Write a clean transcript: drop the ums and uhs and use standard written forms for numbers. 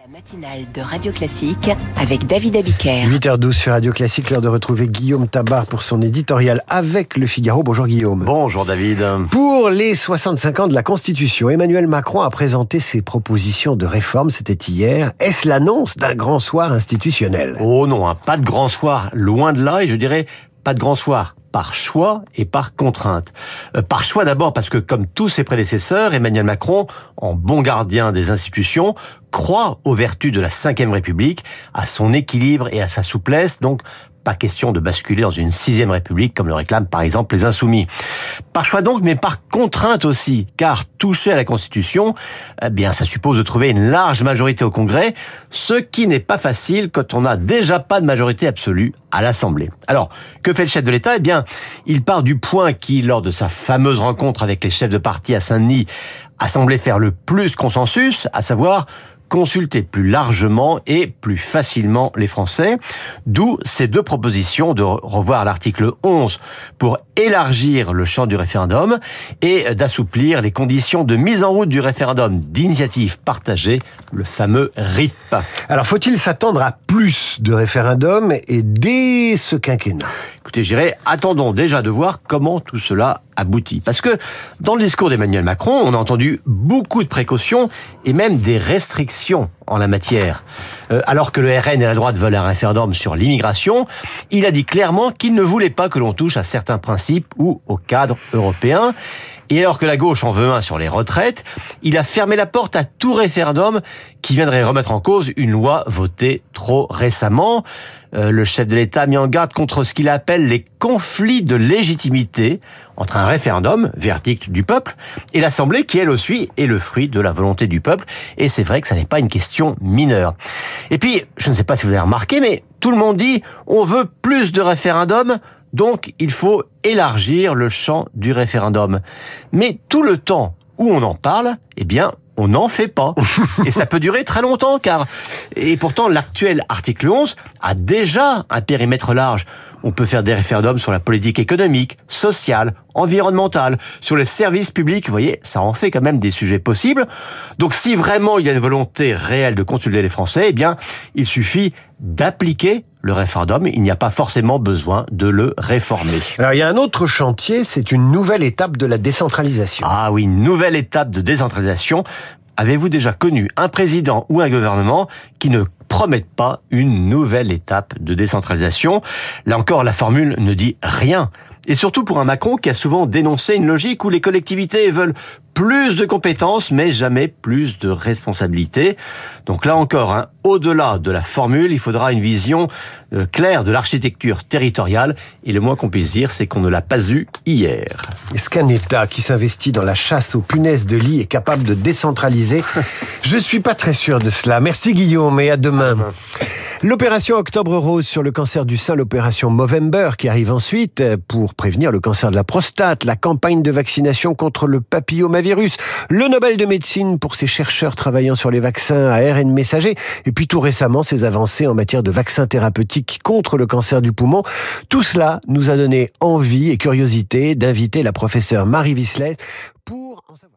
La matinale de Radio Classique avec David Abiker. 8h12 sur Radio Classique, l'heure de retrouver Guillaume Tabar pour son éditorial avec Le Figaro. Bonjour Guillaume. Bonjour David. Pour les 65 ans de la Constitution, Emmanuel Macron a présenté ses propositions de réforme, c'était hier. Est-ce l'annonce d'un grand soir institutionnel ? Oh non, pas de grand soir, loin de là, et je dirais pas de grand soir. Par choix et par contrainte. Par choix d'abord parce que, comme tous ses prédécesseurs, Emmanuel Macron, en bon gardien des institutions, croit aux vertus de la Ve République, à son équilibre et à sa souplesse, donc pas question de basculer dans une 6e République comme le réclament par exemple les Insoumis. Par choix donc, mais par contrainte aussi, car toucher à la Constitution, ça suppose de trouver une large majorité au Congrès, ce qui n'est pas facile quand on n'a déjà pas de majorité absolue à l'Assemblée. Alors, que fait le chef de l'État ? Il part du point qui, lors de sa fameuse rencontre avec les chefs de parti à Saint-Denis, a semblé faire le plus consensus, à savoir consulter plus largement et plus facilement les Français, d'où ces deux propositions de revoir l'article 11 pour élargir le champ du référendum et d'assouplir les conditions de mise en route du référendum d'initiative partagée, le fameux RIP. Alors, faut-il s'attendre à plus de référendums et dès ce quinquennat ? Écoutez, attendons déjà de voir comment tout cela aboutit. Parce que dans le discours d'Emmanuel Macron, on a entendu beaucoup de précautions et même des restrictions en la matière. Alors que le RN et la droite veulent un référendum sur l'immigration, il a dit clairement qu'il ne voulait pas que l'on touche à certains principes ou au cadre européen. Et alors que la gauche en veut un sur les retraites, il a fermé la porte à tout référendum qui viendrait remettre en cause une loi votée trop récemment. Le chef de l'État a mis en garde contre ce qu'il appelle les conflits de légitimité entre un référendum, verdict du peuple, et l'Assemblée qui, elle aussi, est le fruit de la volonté du peuple. Et c'est vrai que ça n'est pas une question mineure. Et puis, je ne sais pas si vous avez remarqué, mais tout le monde dit on veut plus de référendums, donc il faut élargir le champ du référendum. Mais tout le temps où on en parle, on n'en fait pas. Et ça peut durer très longtemps, et pourtant, l'actuel article 11 a déjà un périmètre large. On peut faire des référendums sur la politique économique, sociale, environnementale, sur les services publics. Vous voyez, ça en fait quand même des sujets possibles. Donc, si vraiment il y a une volonté réelle de consulter les Français, il suffit d'appliquer le référendum. Il n'y a pas forcément besoin de le réformer. Alors, il y a un autre chantier, c'est une nouvelle étape de la décentralisation. Ah oui, une nouvelle étape de décentralisation. Avez-vous déjà connu un président ou un gouvernement qui ne promettent pas une nouvelle étape de décentralisation? Là encore, la formule ne dit rien. Et surtout pour un Macron qui a souvent dénoncé une logique où les collectivités veulent plus de compétences, mais jamais plus de responsabilités. Donc là encore, au-delà de la formule, il faudra une vision claire de l'architecture territoriale. Et le moins qu'on puisse dire, c'est qu'on ne l'a pas eu hier. Est-ce qu'un État qui s'investit dans la chasse aux punaises de lit est capable de décentraliser ? Je suis pas très sûr de cela. Merci Guillaume et à demain. L'opération Octobre Rose sur le cancer du sein, l'opération Movember qui arrive ensuite pour prévenir le cancer de la prostate, la campagne de vaccination contre le papillomavirus, le Nobel de médecine pour ces chercheurs travaillant sur les vaccins à ARN messager, et puis tout récemment ces avancées en matière de vaccins thérapeutiques contre le cancer du poumon. Tout cela nous a donné envie et curiosité d'inviter la professeure Marie Vislet pour en savoir